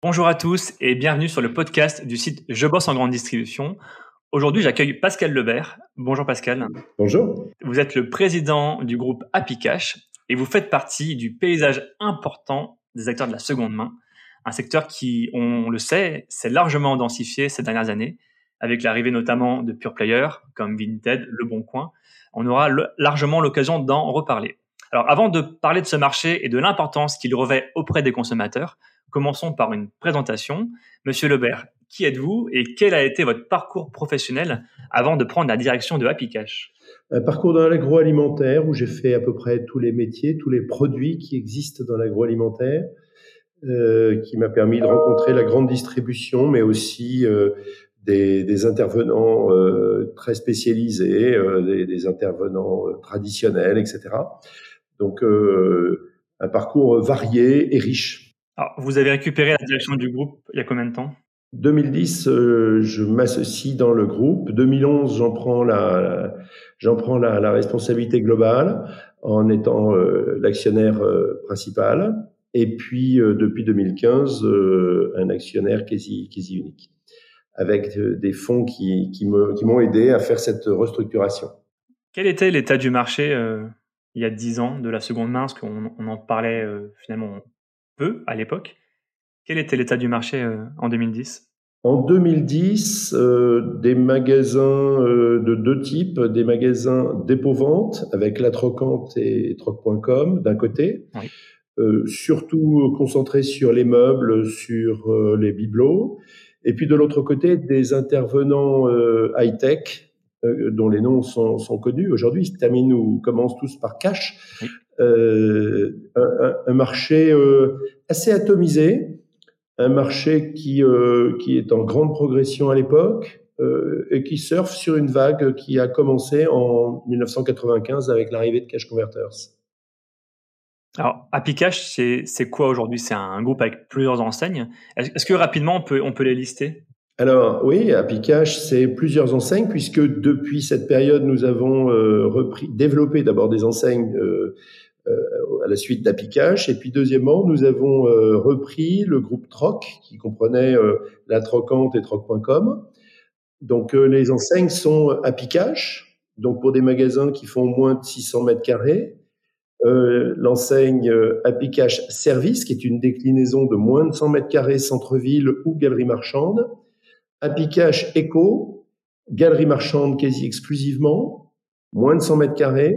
Bonjour à tous et bienvenue sur le podcast du site Je bosse en grande distribution. Aujourd'hui, j'accueille Pascal Lebert. Bonjour Pascal. Bonjour. Vous êtes le président du groupe Happycash et vous faites partie du paysage important des acteurs de la seconde main. Un secteur qui, on le sait, s'est largement densifié ces dernières années avec l'arrivée notamment de pure players comme Vinted, Le Bon Coin. On aura largement l'occasion d'en reparler. Alors, avant de parler de ce marché et de l'importance qu'il revêt auprès des consommateurs, commençons par une présentation. Monsieur Lebert, qui êtes-vous et quel a été votre parcours professionnel avant de prendre la direction de Happycash? Un parcours dans l'agroalimentaire où j'ai fait à peu près tous les métiers, tous les produits qui existent dans l'agroalimentaire, qui m'a permis de rencontrer la grande distribution, mais aussi des intervenants très spécialisés, des intervenants traditionnels, etc. Donc, un parcours varié et riche. Alors, vous avez récupéré la direction du groupe il y a combien de temps? 2010, je m'associe dans le groupe. 2011, j'en prends la responsabilité globale en étant l'actionnaire principal. Et puis, depuis 2015, un actionnaire quasi unique, avec des fonds qui m'ont aidé à faire cette restructuration. Quel était l'état du marché il y a 10 ans de la seconde main? Parce qu'on en parlait finalement peu à l'époque. Quel était l'état du marché en 2010? En 2010, des magasins de deux types, des magasins dépôt-vente avec La Trocante et Troc.com d'un côté, Oui. surtout concentrés sur les meubles, sur les bibelots, et puis de l'autre côté, des intervenants high-tech dont les noms sont connus. Aujourd'hui, ils se terminent ou commencent tous par Cash. Oui. Un marché assez atomisé, un marché qui est en grande progression à l'époque et qui surfe sur une vague qui a commencé en 1995 avec l'arrivée de Cash Converters. Alors, Happycash, c'est quoi aujourd'hui? C'est un groupe avec plusieurs enseignes. Est-ce que rapidement on peut les lister? Alors oui, Happycash, c'est plusieurs enseignes puisque depuis cette période, nous avons développé d'abord des enseignes à la suite d'Happycash. Et puis deuxièmement, nous avons repris le groupe Troc qui comprenait La Trocante et Troc.com. Donc les enseignes sont Happycash, donc pour des magasins qui font moins de 600 mètres carrés. L'enseigne Happycash Service, qui est une déclinaison de moins de 100 mètres carrés, centre-ville ou galerie marchande. Happycash Eco, galerie marchande quasi exclusivement, moins de 100 mètres carrés,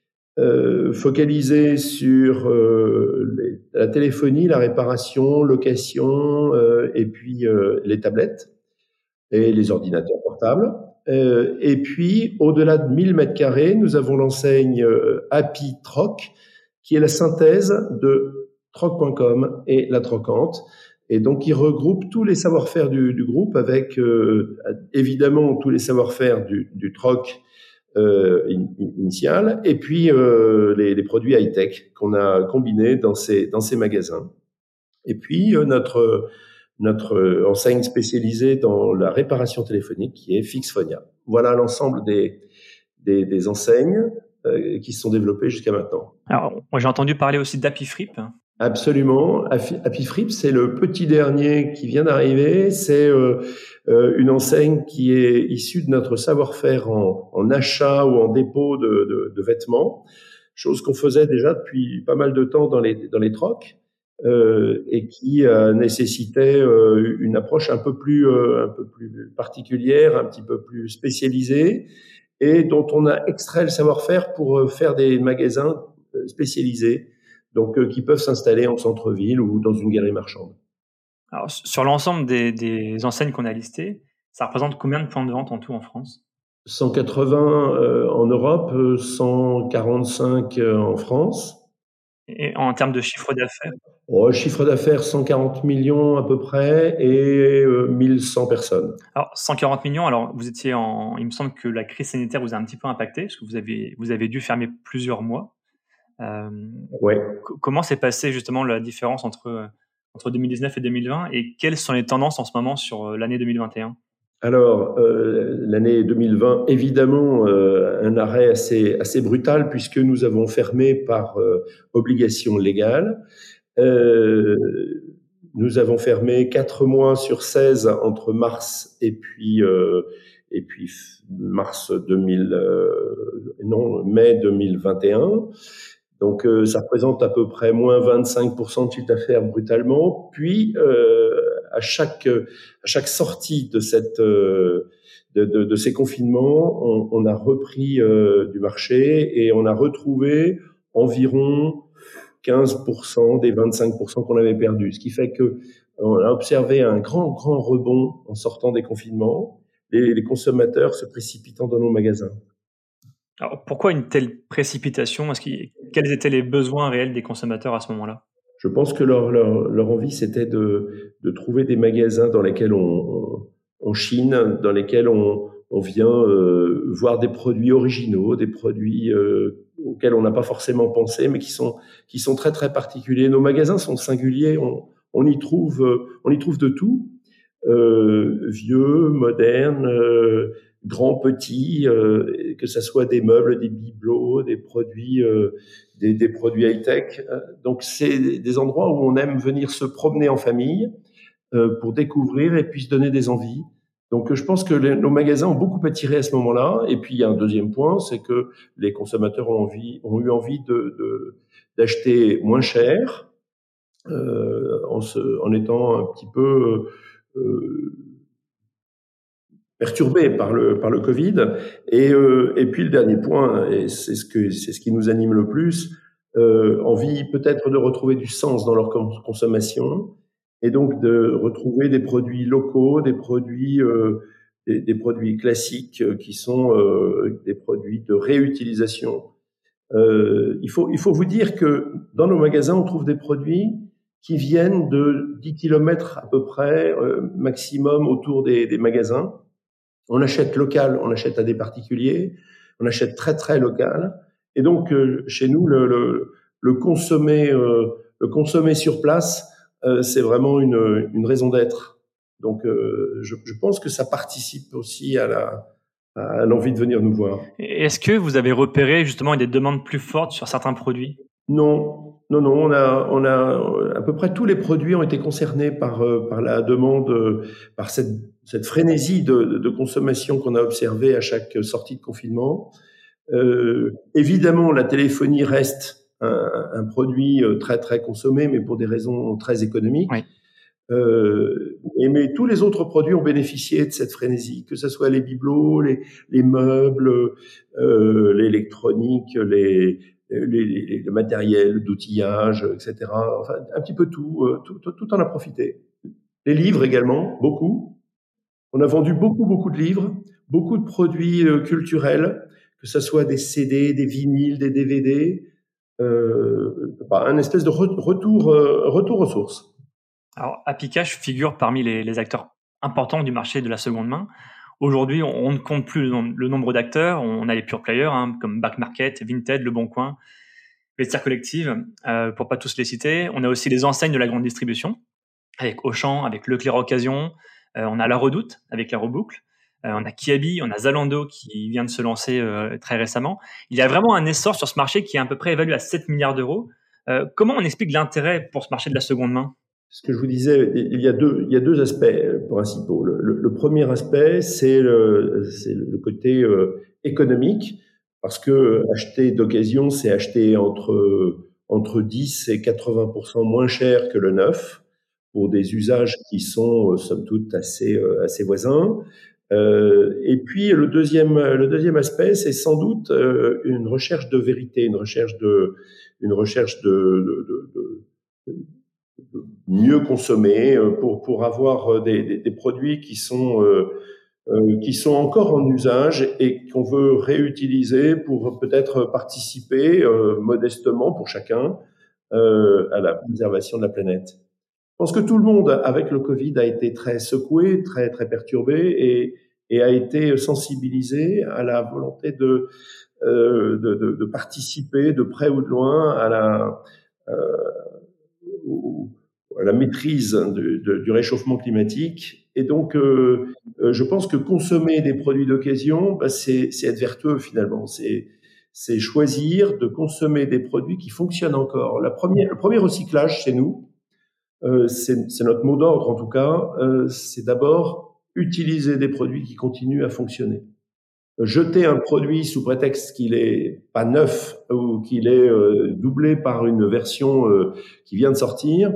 focalisé sur la téléphonie, la réparation, location, et puis les tablettes et les ordinateurs portables. Et puis, au-delà de 1000 mètres carrés, nous avons l'enseigne Happy Troc, qui est la synthèse de Troc.com et La Trocante. Et donc, il regroupe tous les savoir-faire du groupe avec, évidemment, tous les savoir-faire du Troc initial, et puis les produits high-tech qu'on a combinés dans ces magasins. Et puis, notre enseigne spécialisée dans la réparation téléphonique qui est Fixphonia. Voilà l'ensemble des enseignes qui se sont développées jusqu'à maintenant. Alors, moi, j'ai entendu parler aussi d'Happyfrip. Absolument. Happyfrip, c'est le petit dernier qui vient d'arriver. C'est une enseigne qui est issue de notre savoir-faire en achat ou en dépôt de vêtements, chose qu'on faisait déjà depuis pas mal de temps dans les trocs. Et qui nécessitait une approche un peu plus particulière, un petit peu plus spécialisée, et dont on a extrait le savoir-faire pour faire des magasins spécialisés, donc qui peuvent s'installer en centre-ville ou dans une galerie marchande. Alors, sur l'ensemble des enseignes qu'on a listées, ça représente combien de points de vente en tout en France? 180 en Europe, 145 en France. Et en termes de chiffre d'affaires? Chiffre d'affaires 140 millions à peu près et 1100 personnes. Alors 140 millions, alors vous étiez il me semble que la crise sanitaire vous a un petit peu impacté, parce que vous avez dû fermer plusieurs mois. Ouais. Comment s'est passée justement la différence entre 2019 et 2020 et quelles sont les tendances en ce moment sur l'année 2021? Alors, l'année 2020, évidemment, un arrêt assez brutal puisque nous avons fermé par obligation légale. nous avons fermé 4 mois sur 16 entre mars et puis mai 2021. Donc, ça représente à peu près moins 25% de chiffre d'affaires brutalement. Puis, à chaque sortie de de ces confinements, on a repris du marché et on a retrouvé environ 15% des 25% qu'on avait perdus. Ce qui fait que on a observé un grand rebond en sortant des confinements, les consommateurs se précipitant dans nos magasins. Alors, pourquoi une telle précipitation? Quels étaient les besoins réels des consommateurs à ce moment-là? Je pense que leur envie, c'était de trouver des magasins dans lesquels on chine, dans lesquels on vient voir des produits originaux, des produits auxquels on n'a pas forcément pensé, mais qui sont très très particuliers. Nos magasins sont singuliers, on y trouve de tout, vieux, moderne, grand, petit, que ça soit des meubles, des bibelots, des produits high-tech. Donc c'est des endroits où on aime venir se promener en famille pour découvrir et puis se donner des envies. Donc je pense que nos magasins ont beaucoup attiré à ce moment-là. Et puis il y a un deuxième point, c'est que les consommateurs ont eu envie d'acheter moins cher, en étant un petit peu perturbés par le Covid. Et puis le dernier point, et c'est ce qui nous anime le plus, envie peut-être de retrouver du sens dans leur consommation et donc de retrouver des produits locaux, des produits classiques qui sont des produits de réutilisation. Il faut vous dire que dans nos magasins, on trouve des produits qui viennent de 10 kilomètres à peu près maximum autour des magasins. On achète local, on achète à des particuliers, on achète très très local. Et donc chez nous, le consommer sur place, c'est vraiment une raison d'être. Donc je pense que ça participe aussi à l'envie de venir nous voir. Est-ce que vous avez repéré justement des demandes plus fortes sur certains produits? Non, on a à peu près tous les produits ont été concernés par la demande, par cette frénésie de consommation qu'on a observée à chaque sortie de confinement. Évidemment, la téléphonie reste un produit très très consommé, mais pour des raisons très économiques. Oui. Mais tous les autres produits ont bénéficié de cette frénésie, que ce soit les bibelots, les meubles, l'électronique, le matériel d'outillage, etc. Enfin, un petit peu tout en a profité. Les livres également, beaucoup. On a vendu beaucoup de livres, beaucoup de produits culturels, que ce soit des CD, des vinyles, des DVD, un espèce de retour aux sources. Alors, Happy Cash figure parmi les acteurs importants du marché de la seconde main. Aujourd'hui, on ne compte plus le nombre d'acteurs. On a les pure players comme Back Market, Vinted, Le Bon Coin, Vestiaire Collective, pour pas tous les citer. On a aussi les enseignes de la grande distribution, avec Auchan, avec Leclerc Occasion. On a La Redoute, avec La Reboucle. On a Kiabi, on a Zalando qui vient de se lancer très récemment. Il y a vraiment un essor sur ce marché qui est à peu près évalué à 7 milliards d'euros. Comment on explique l'intérêt pour ce marché de la seconde main? Ce que je vous disais, il y a deux aspects principaux. Le premier aspect, c'est le côté économique, parce que acheter d'occasion, c'est acheter entre 10 et 80% moins cher que le neuf, pour des usages qui sont somme toute assez voisins. Et puis le deuxième aspect, c'est sans doute une recherche de vérité, une recherche de mieux consommer pour avoir des produits qui sont encore en usage et qu'on veut réutiliser pour peut-être participer modestement pour chacun à la préservation de la planète. Je pense que tout le monde, avec le Covid, a été très secoué, très très perturbé et a été sensibilisé à la volonté de participer de près ou de loin à la maîtrise du réchauffement climatique. Et donc, je pense que consommer des produits d'occasion, c'est être vertueux finalement. C'est choisir de consommer des produits qui fonctionnent encore. Le premier recyclage chez nous, C'est notre mot d'ordre en tout cas, c'est d'abord utiliser des produits qui continuent à fonctionner. Jeter un produit sous prétexte qu'il est pas neuf ou qu'il est doublé par une version qui vient de sortir,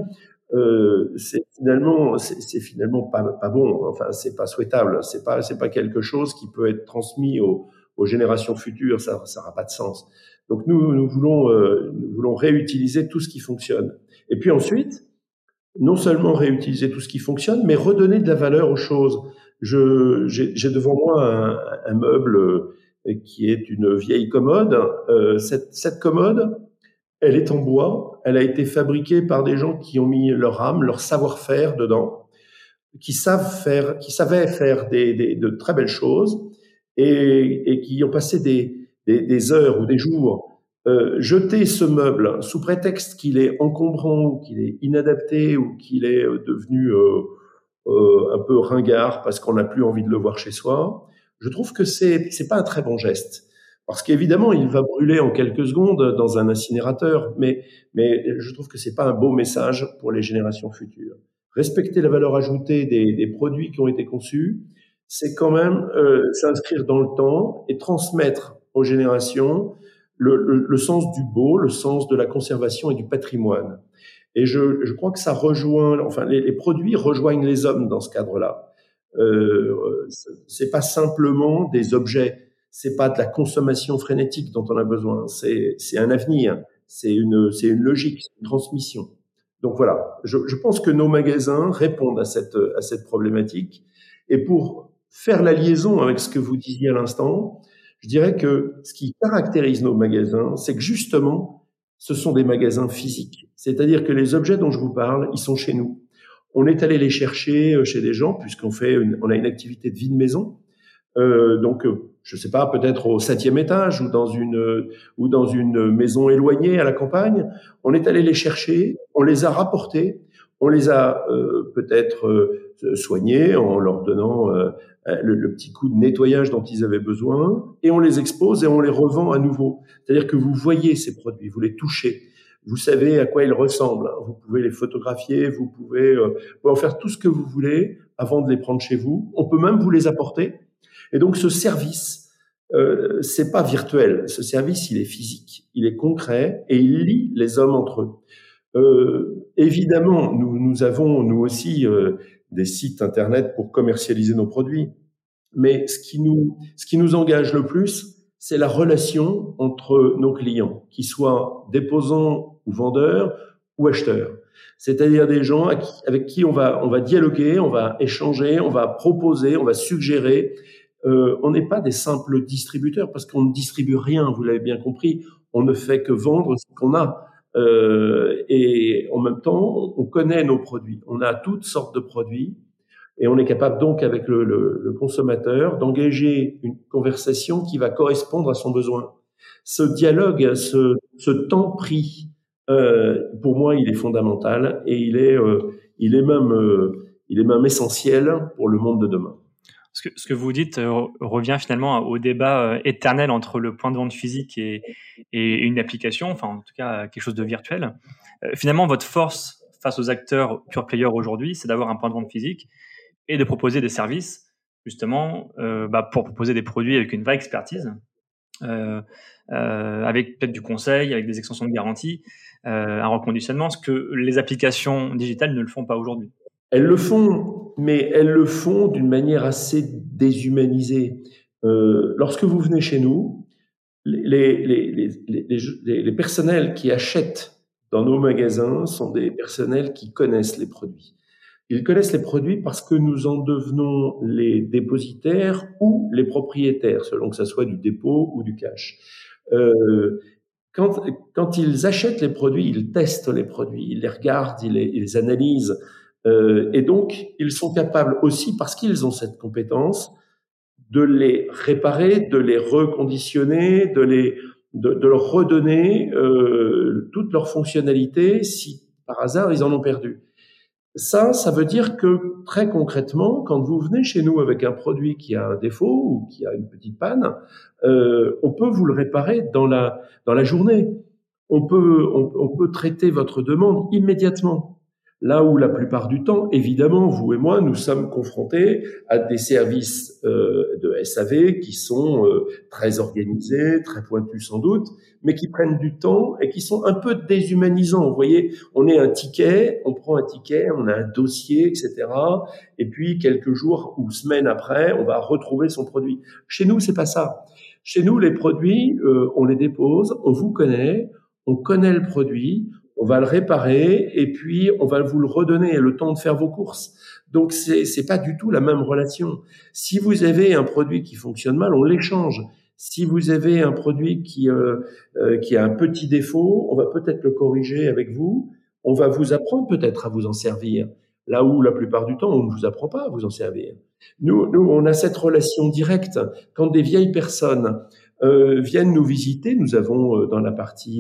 c'est finalement pas bon. Enfin, c'est pas souhaitable. C'est pas quelque chose qui peut être transmis aux générations futures. Ça n'aura pas de sens. Donc nous voulons réutiliser tout ce qui fonctionne. Et puis ensuite, non seulement réutiliser tout ce qui fonctionne, mais redonner de la valeur aux choses. J'ai devant moi un meuble qui est une vieille commode. Cette commode, elle est en bois. Elle a été fabriquée par des gens qui ont mis leur âme, leur savoir-faire dedans, qui savaient faire de très belles choses et qui ont passé des heures ou des jours jeter ce meuble sous prétexte qu'il est encombrant ou qu'il est inadapté ou qu'il est devenu un peu ringard parce qu'on n'a plus envie de le voir chez soi, je trouve que c'est pas un très bon geste. Parce qu'évidemment, il va brûler en quelques secondes dans un incinérateur, mais je trouve que c'est pas un beau message pour les générations futures. Respecter la valeur ajoutée des produits qui ont été conçus, c'est quand même s'inscrire dans le temps et transmettre aux générations le sens du beau, le sens de la conservation et du patrimoine. Et je crois que ça rejoint, enfin, les produits rejoignent les hommes dans ce cadre-là. C'est pas simplement des objets, c'est pas de la consommation frénétique dont on a besoin, c'est un avenir, c'est une logique, c'est une transmission. Donc voilà, je pense que nos magasins répondent à cette problématique. Et pour faire la liaison avec ce que vous disiez à l'instant, je dirais que ce qui caractérise nos magasins, c'est que justement, ce sont des magasins physiques. C'est-à-dire que les objets dont je vous parle, ils sont chez nous. On est allé les chercher chez des gens on a une activité de vie de maison. Donc, je sais pas, peut-être au 7e étage ou dans une maison éloignée à la campagne. On est allé les chercher, on les a rapportés, on les a peut-être soignés en leur donnant le petit coup de nettoyage dont ils avaient besoin, et on les expose et on les revend à nouveau. C'est-à-dire que vous voyez ces produits, vous les touchez, vous savez à quoi ils ressemblent, vous pouvez les photographier, vous pouvez en faire tout ce que vous voulez avant de les prendre chez vous. On peut même vous les apporter. Et donc ce service, c'est pas virtuel. Ce service, il est physique, il est concret et il lie les hommes entre eux. Évidemment, nous avons nous aussi des sites internet pour commercialiser nos produits, mais ce qui nous engage le plus, c'est la relation entre nos clients, qu'ils soient déposants ou vendeurs ou acheteurs. C'est-à-dire des gens avec qui on va dialoguer, on va échanger, on va proposer, on va suggérer. On n'est pas des simples distributeurs parce qu'on ne distribue rien, vous l'avez bien compris. On ne fait que vendre ce qu'on a. Et en même temps, on connaît nos produits. On a toutes sortes de produits et on est capable donc avec le consommateur d'engager une conversation qui va correspondre à son besoin. Ce dialogue, ce temps pris, pour moi, il est fondamental et il est même essentiel pour le monde de demain. Ce que vous dites revient finalement au débat éternel entre le point de vente physique et une application, enfin en tout cas quelque chose de virtuel. Finalement, votre force face aux acteurs pure player aujourd'hui, c'est d'avoir un point de vente physique et de proposer des services justement pour proposer des produits avec une vraie expertise, avec peut-être du conseil, avec des extensions de garantie, un reconditionnement, ce que les applications digitales ne le font pas aujourd'hui. Elles le font, mais elles le font d'une manière assez déshumanisée. Lorsque vous venez chez nous, les personnels qui achètent dans nos magasins sont des personnels qui connaissent les produits. Ils connaissent les produits parce que nous en devenons les dépositaires ou les propriétaires, selon que ça soit du dépôt ou du cash. Quand ils achètent les produits, ils testent les produits, ils les regardent, ils les analysent. Et donc, ils sont capables aussi, parce qu'ils ont cette compétence, de les réparer, de les reconditionner, de leur redonner toute leur fonctionnalité si par hasard ils en ont perdu. Ça veut dire que très concrètement, quand vous venez chez nous avec un produit qui a un défaut ou qui a une petite panne, on peut vous le réparer dans la journée. On peut traiter votre demande immédiatement. Là où la plupart du temps, évidemment, vous et moi, nous sommes confrontés à des services de SAV qui sont très organisés, très pointus sans doute, mais qui prennent du temps et qui sont un peu déshumanisants. Vous voyez, on est un ticket, on prend un ticket, on a un dossier, etc. Et puis quelques jours ou semaines après, on va retrouver son produit. Chez nous, c'est pas ça. Chez nous, les produits, on les dépose, on connaît le produit, on va le réparer et puis on va vous le redonner le temps de faire vos courses. Donc c'est pas du tout la même relation. Si vous avez un produit qui fonctionne mal, on l'échange. Si vous avez un produit qui a un petit défaut, on va peut-être le corriger avec vous. On va vous apprendre peut-être à vous en servir. Là où la plupart du temps, on ne vous apprend pas à vous en servir. Nous, on a cette relation directe. Quand des vieilles personnes viennent nous visiter, nous avons dans la partie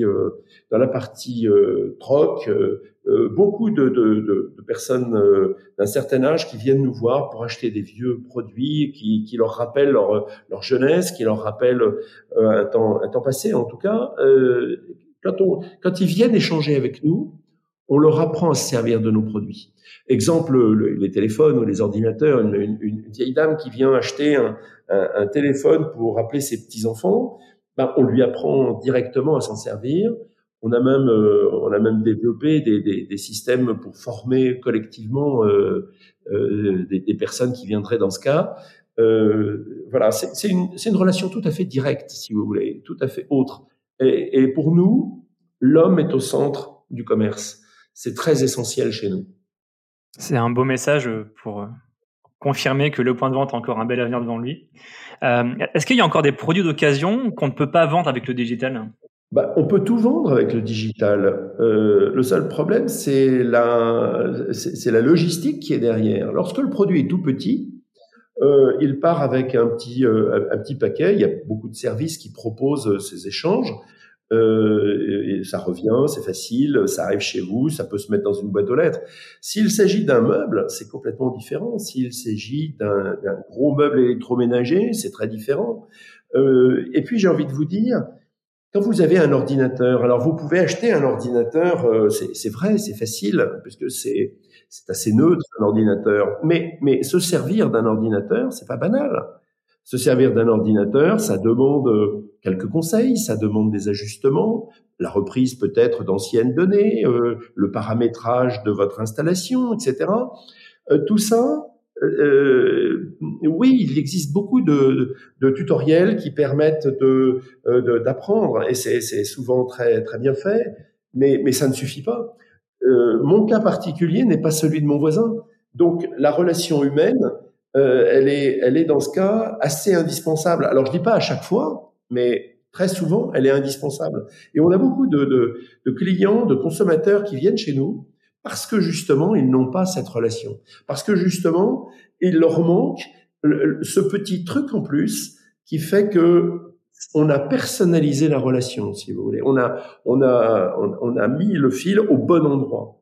troc beaucoup de personnes d'un certain âge qui viennent nous voir pour acheter des vieux produits qui leur rappellent leur jeunesse, qui leur rappellent un temps passé. En tout cas, quand ils viennent échanger avec nous, on leur apprend à se servir de nos produits. Exemple, les téléphones ou les ordinateurs. Une vieille dame qui vient acheter un téléphone pour rappeler ses petits-enfants, ben, on lui apprend directement à s'en servir. On a même développé des systèmes pour former collectivement des personnes qui viendraient dans ce cas. Voilà, c'est une relation tout à fait directe, si vous voulez, tout à fait autre. Et pour nous, l'homme est au centre du commerce. C'est très essentiel chez nous. C'est un beau message pour confirmer que le point de vente a encore un bel avenir devant lui. Est-ce qu'il y a encore des produits d'occasion qu'on ne peut pas vendre avec le digital ? On peut tout vendre avec le digital. Le seul problème, c'est la logistique qui est derrière. Lorsque le produit est tout petit, il part avec un petit paquet. Il y a beaucoup de services qui proposent ces échanges. Et ça revient, c'est facile, ça arrive chez vous, ça peut se mettre dans une boîte aux lettres. S'il s'agit d'un meuble, c'est complètement différent. S'il s'agit d'un gros meuble électroménager, c'est très différent. Et puis j'ai envie de vous dire, quand vous avez un ordinateur, alors vous pouvez acheter un ordinateur, c'est vrai, c'est facile, puisque c'est assez neutre un ordinateur. Mais se servir d'un ordinateur, c'est pas banal. Se servir d'un ordinateur, ça demande quelques conseils, ça demande des ajustements, la reprise peut-être d'anciennes données, le paramétrage de votre installation, etc. Tout ça, oui, il existe beaucoup de tutoriels qui permettent d'apprendre, et c'est souvent très très bien fait, mais ça ne suffit pas. Mon cas particulier n'est pas celui de mon voisin, donc la relation humaine, elle est dans ce cas assez indispensable. Alors je dis pas à chaque fois, mais très souvent, elle est indispensable. Et on a beaucoup de clients, de consommateurs qui viennent chez nous parce que justement, ils n'ont pas cette relation. Parce que justement, il leur manque ce petit truc en plus qui fait que on a personnalisé la relation, si vous voulez. On a mis le fil au bon endroit.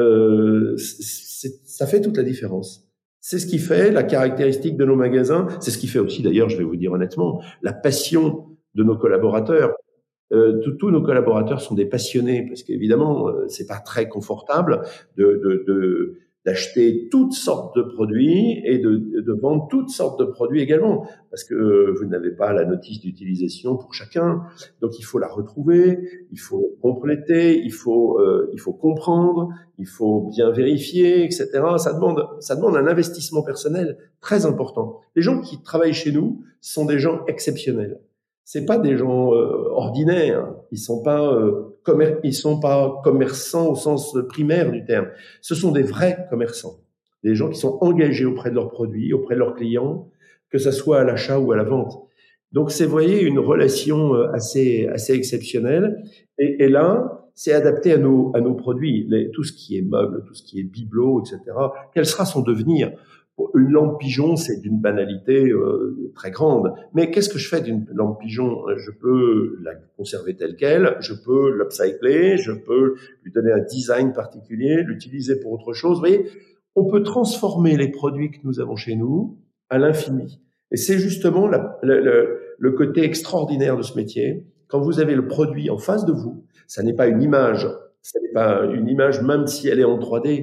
Ça fait toute la différence. C'est ce qui fait la caractéristique de nos magasins. C'est ce qui fait aussi, d'ailleurs, je vais vous dire honnêtement, la passion de nos collaborateurs. Tous nos collaborateurs sont des passionnés parce qu'évidemment, c'est pas très confortable d'acheter toutes sortes de produits et de vendre toutes sortes de produits également parce que vous n'avez pas la notice d'utilisation pour chacun. Donc il faut la retrouver, il faut compléter, il faut comprendre, il faut bien vérifier, etc. Ça demande un investissement personnel très important. Les gens qui travaillent chez nous sont des gens exceptionnels. C'est pas des gens ordinaires. Ils sont pas commerçants au sens primaire du terme. Ce sont des vrais commerçants, des gens qui sont engagés auprès de leurs produits, auprès de leurs clients, que ça soit à l'achat ou à la vente. Donc c'est, vous voyez, une relation assez exceptionnelle. Et là, c'est adapté à nos produits, tout ce qui est meubles, tout ce qui est bibelot, etc. Quel sera son devenir? Une lampe pigeon, c'est d'une banalité très grande. Mais qu'est-ce que je fais d'une lampe pigeon? Je peux la conserver telle quelle, je peux l'upcycler, je peux lui donner un design particulier, l'utiliser pour autre chose. Vous voyez, on peut transformer les produits que nous avons chez nous à l'infini. Et c'est justement le côté extraordinaire de ce métier. Quand vous avez le produit en face de vous, ça n'est pas une image, ça n'est pas une image même si elle est en 3D,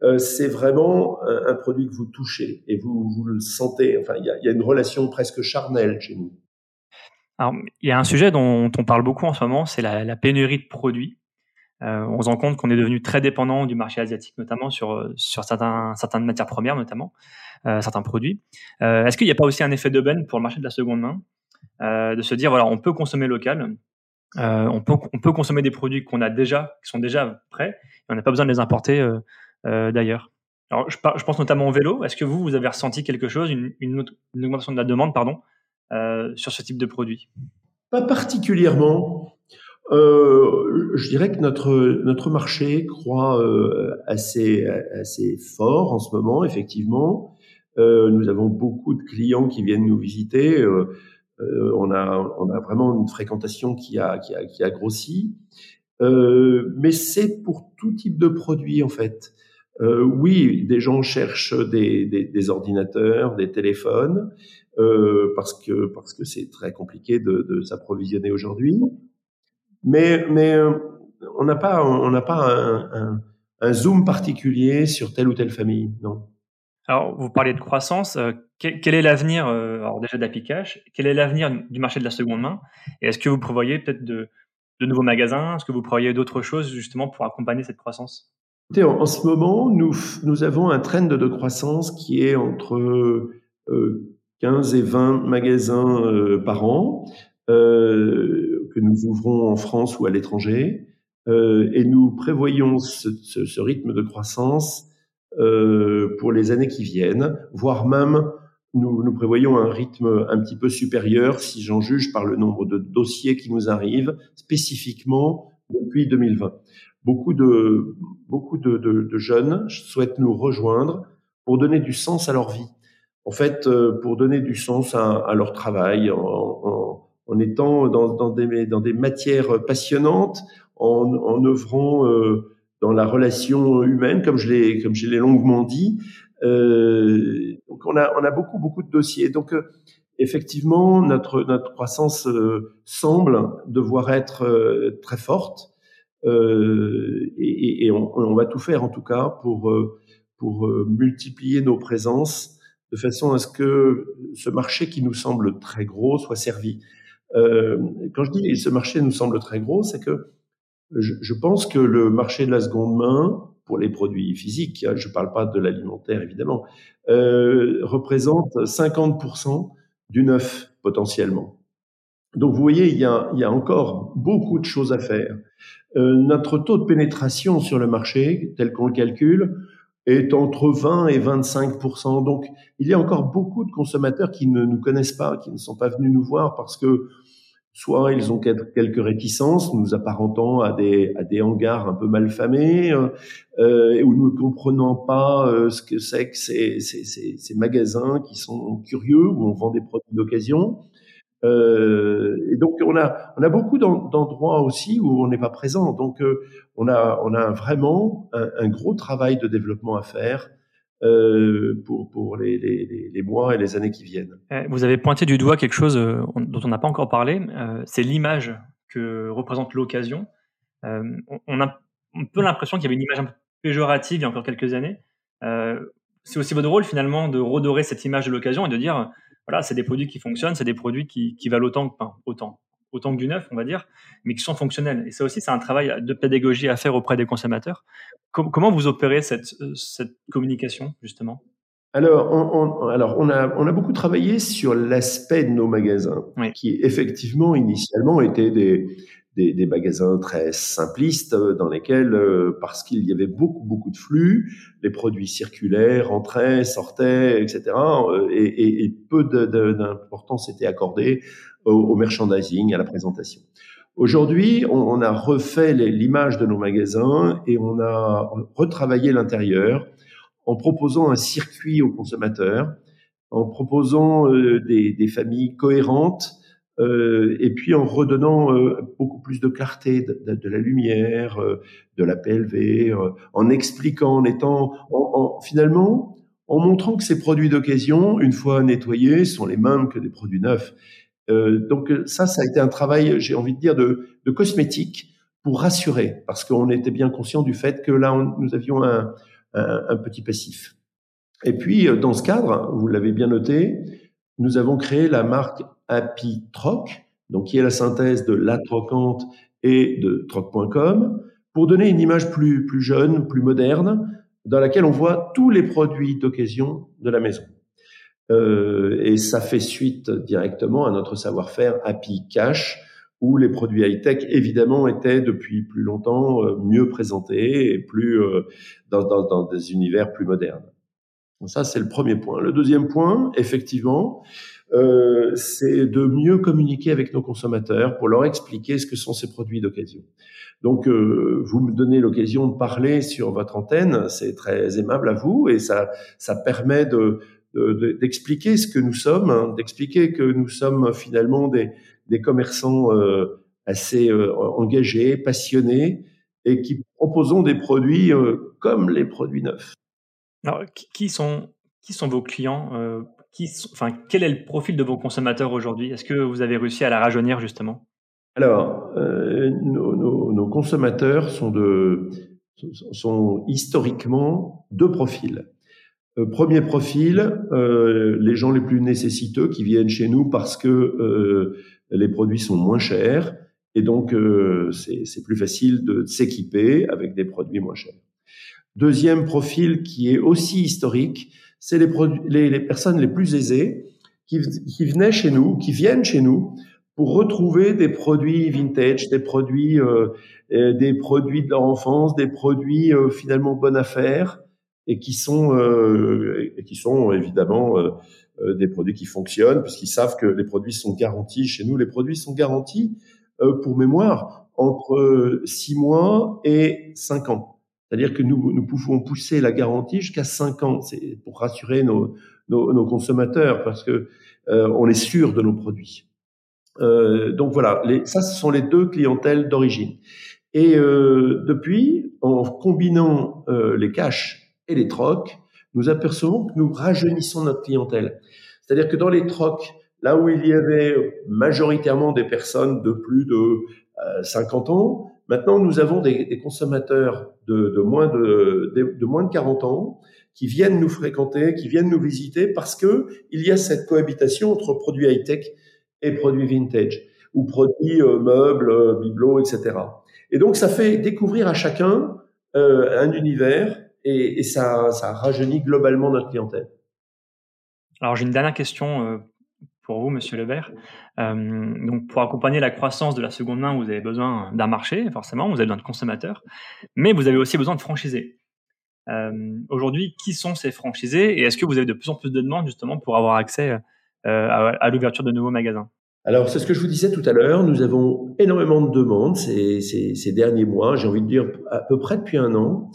c'est vraiment un produit que vous touchez et vous le sentez. Enfin, il y a une relation presque charnelle chez nous. Alors, il y a un sujet dont on parle beaucoup en ce moment, c'est la pénurie de produits. On se rend compte qu'on est devenu très dépendant du marché asiatique, notamment sur certaines matières premières, notamment certains produits. Est-ce qu'il n'y a pas aussi un effet d'aubaine pour le marché de la seconde main, de se dire voilà, on peut consommer local, on peut consommer des produits qui sont déjà prêts, et on n'a pas besoin de les importer d'ailleurs. Alors, je pense notamment au vélo. Est-ce que vous avez ressenti quelque chose, une augmentation de la demande, pardon, sur ce type de produit? Pas particulièrement. Je dirais que notre marché croît assez fort en ce moment, effectivement. Nous avons beaucoup de clients qui viennent nous visiter. On a vraiment une fréquentation qui a grossi. Mais c'est pour tout type de produit en fait. Oui, des gens cherchent des ordinateurs, des téléphones, parce que c'est très compliqué de s'approvisionner aujourd'hui. Mais on n'a pas un zoom particulier sur telle ou telle famille, non. Alors, vous parliez de croissance. Quel est l'avenir, alors déjà d'Appicash? Quel est l'avenir du marché de la seconde main? Et est-ce que vous prévoyez peut-être de nouveaux magasins? Est-ce que vous prévoyez d'autres choses justement pour accompagner cette croissance? Écoutez, en ce moment, nous avons un trend de croissance qui est entre 15 et 20 magasins par an, que nous ouvrons en France ou à l'étranger. Et nous prévoyons ce rythme de croissance pour les années qui viennent, voire même nous prévoyons un rythme un petit peu supérieur si j'en juge par le nombre de dossiers qui nous arrivent spécifiquement depuis 2020. Beaucoup de jeunes souhaitent nous rejoindre pour donner du sens à leur vie. En fait, pour donner du sens à leur travail, en étant dans des matières passionnantes, en œuvrant dans la relation humaine, comme je l'ai longuement dit. Donc on a beaucoup de dossiers. Donc effectivement, notre croissance semble devoir être très forte. Et on va tout faire en tout cas pour multiplier nos présences de façon à ce que ce marché qui nous semble très gros soit servi. Quand je dis ce marché nous semble très gros, c'est que je pense que le marché de la seconde main, pour les produits physiques, je ne parle pas de l'alimentaire évidemment, représente 50% du neuf potentiellement. Donc vous voyez, il y a encore beaucoup de choses à faire. Notre taux de pénétration sur le marché, tel qu'on le calcule, est entre 20 et 25%. Donc, il y a encore beaucoup de consommateurs qui ne nous connaissent pas, qui ne sont pas venus nous voir parce que soit ils ont quelques réticences, nous apparentant à des hangars un peu malfamés, ou nous ne comprenons pas ce que c'est que ces magasins qui sont curieux, où on vend des produits d'occasion. Et donc on a beaucoup d'endroits aussi où on n'est pas présent. Donc on a vraiment un gros travail de développement à faire pour les mois et les années qui viennent. Vous avez pointé du doigt quelque chose dont on n'a pas encore parlé, c'est l'image que représente l'occasion. On a un peu l'impression qu'il y avait une image un peu péjorative il y a encore quelques années. C'est aussi votre rôle finalement de redorer cette image de l'occasion et de dire, voilà, c'est des produits qui fonctionnent, c'est des produits qui valent autant que du neuf, on va dire, mais qui sont fonctionnels. Et ça aussi, c'est un travail de pédagogie à faire auprès des consommateurs. Comment vous opérez cette communication, justement? Alors, on a beaucoup travaillé sur l'aspect de nos magasins, Oui. qui effectivement, initialement, étaient des magasins très simplistes dans lesquels, parce qu'il y avait beaucoup de flux, les produits circulaires, entraient, sortaient, etc. Et peu d'importance était accordée au merchandising, à la présentation. Aujourd'hui, on a refait l'image de nos magasins et on a retravaillé l'intérieur en proposant un circuit aux consommateurs, en proposant des familles cohérentes, et puis en redonnant beaucoup plus de clarté, de la lumière, de la PLV, en expliquant, finalement, en montrant que ces produits d'occasion, une fois nettoyés, sont les mêmes que des produits neufs. Donc ça a été un travail, j'ai envie de dire, de cosmétique pour rassurer, parce qu'on était bien conscient du fait que là, nous avions un petit passif. Et puis, dans ce cadre, vous l'avez bien noté, nous avons créé la marque Happy Troc, donc qui est la synthèse de La Trocante et de troc.com, pour donner une image plus jeune, plus moderne, dans laquelle on voit tous les produits d'occasion de la maison. Et ça fait suite directement à notre savoir-faire Happy Cash, où les produits high-tech, évidemment, étaient depuis plus longtemps mieux présentés et plus dans des univers plus modernes. Donc ça, c'est le premier point. Le deuxième point, effectivement, c'est de mieux communiquer avec nos consommateurs pour leur expliquer ce que sont ces produits d'occasion. Donc, vous me donnez l'occasion de parler sur votre antenne, c'est très aimable à vous et ça permet d'expliquer ce que nous sommes, hein, d'expliquer que nous sommes finalement des commerçants assez engagés, passionnés et qui proposons des produits comme les produits neufs. Alors, qui sont vos clients? Quel est le profil de vos consommateurs aujourd'hui? Est-ce que vous avez réussi à la rajeunir justement? Alors, nos consommateurs sont historiquement deux profils. Premier profil, les gens les plus nécessiteux qui viennent chez nous parce que les produits sont moins chers et donc c'est plus facile de s'équiper avec des produits moins chers. Deuxième profil qui est aussi historique, c'est les personnes les plus aisées qui viennent chez nous pour retrouver des produits vintage, des produits de leur enfance, des produits finalement bonne affaire et qui sont évidemment des produits qui fonctionnent puisqu'ils savent que les produits sont garantis. Chez nous, les produits sont garantis pour mémoire entre 6 mois et 5 ans. C'est-à-dire que nous pouvons pousser la garantie jusqu'à 5 ans. C'est pour rassurer nos consommateurs parce que on est sûr de nos produits. Donc voilà, ça ce sont les deux clientèles d'origine. Et depuis, en combinant les cash et les trocs, nous apercevons que nous rajeunissons notre clientèle. C'est-à-dire que dans les trocs, là où il y avait majoritairement des personnes de plus de 50 ans, maintenant nous avons des consommateurs de moins de 40 ans qui viennent nous fréquenter, qui viennent nous visiter parce que il y a cette cohabitation entre produits high-tech et produits vintage ou produits meubles, bibelots, etc. Et donc ça fait découvrir à chacun un univers et ça rajeunit globalement notre clientèle. Alors j'ai une dernière question pour vous, Monsieur Lebert. Donc pour accompagner la croissance de la seconde main, vous avez besoin d'un marché, forcément, vous avez besoin de consommateurs, mais vous avez aussi besoin de franchisés. Aujourd'hui, qui sont ces franchisés et est-ce que vous avez de plus en plus de demandes justement pour avoir accès à l'ouverture de nouveaux magasins? Alors, c'est ce que je vous disais tout à l'heure. Nous avons énormément de demandes ces derniers mois. J'ai envie de dire à peu près depuis 1 an.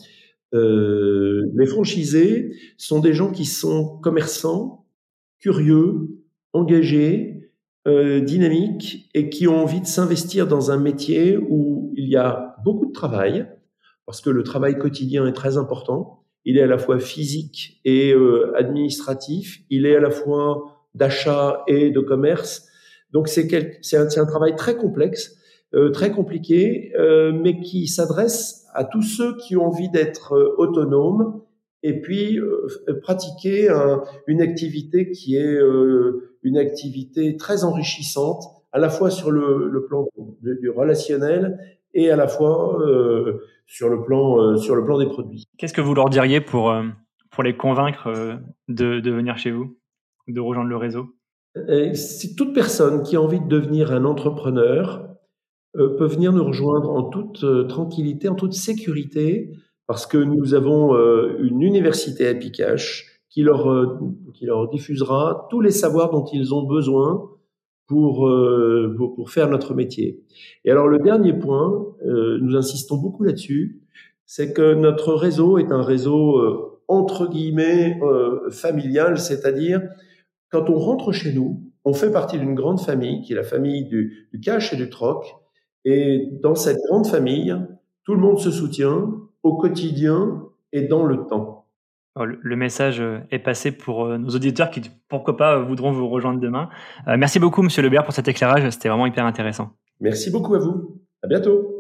Les franchisés sont des gens qui sont commerçants, curieux, engagés, dynamiques et qui ont envie de s'investir dans un métier où il y a beaucoup de travail, parce que le travail quotidien est très important. Il est à la fois physique et administratif. Il est à la fois d'achat et de commerce. Donc c'est un travail très complexe, très compliqué, mais qui s'adresse à tous ceux qui ont envie d'être autonomes et puis pratiquer une activité qui est une activité très enrichissante, à la fois sur le plan du relationnel et à la fois sur le plan des produits. Qu'est-ce que vous leur diriez pour les convaincre de venir chez vous, de rejoindre le réseau? Si toute personne qui a envie de devenir un entrepreneur peut venir nous rejoindre en toute tranquillité, en toute sécurité, parce que nous avons une université Happy Cash qui leur diffusera tous les savoirs dont ils ont besoin pour faire notre métier. Et alors le dernier point, nous insistons beaucoup là-dessus, c'est que notre réseau est un réseau entre guillemets familial, c'est-à-dire quand on rentre chez nous, on fait partie d'une grande famille qui est la famille du cash et du troc. Et dans cette grande famille, tout le monde se soutient au quotidien et dans le temps. Le message est passé pour nos auditeurs qui, pourquoi pas, voudront vous rejoindre demain. Merci beaucoup, Monsieur Lebert, pour cet éclairage. C'était vraiment hyper intéressant. Merci beaucoup à vous. À bientôt.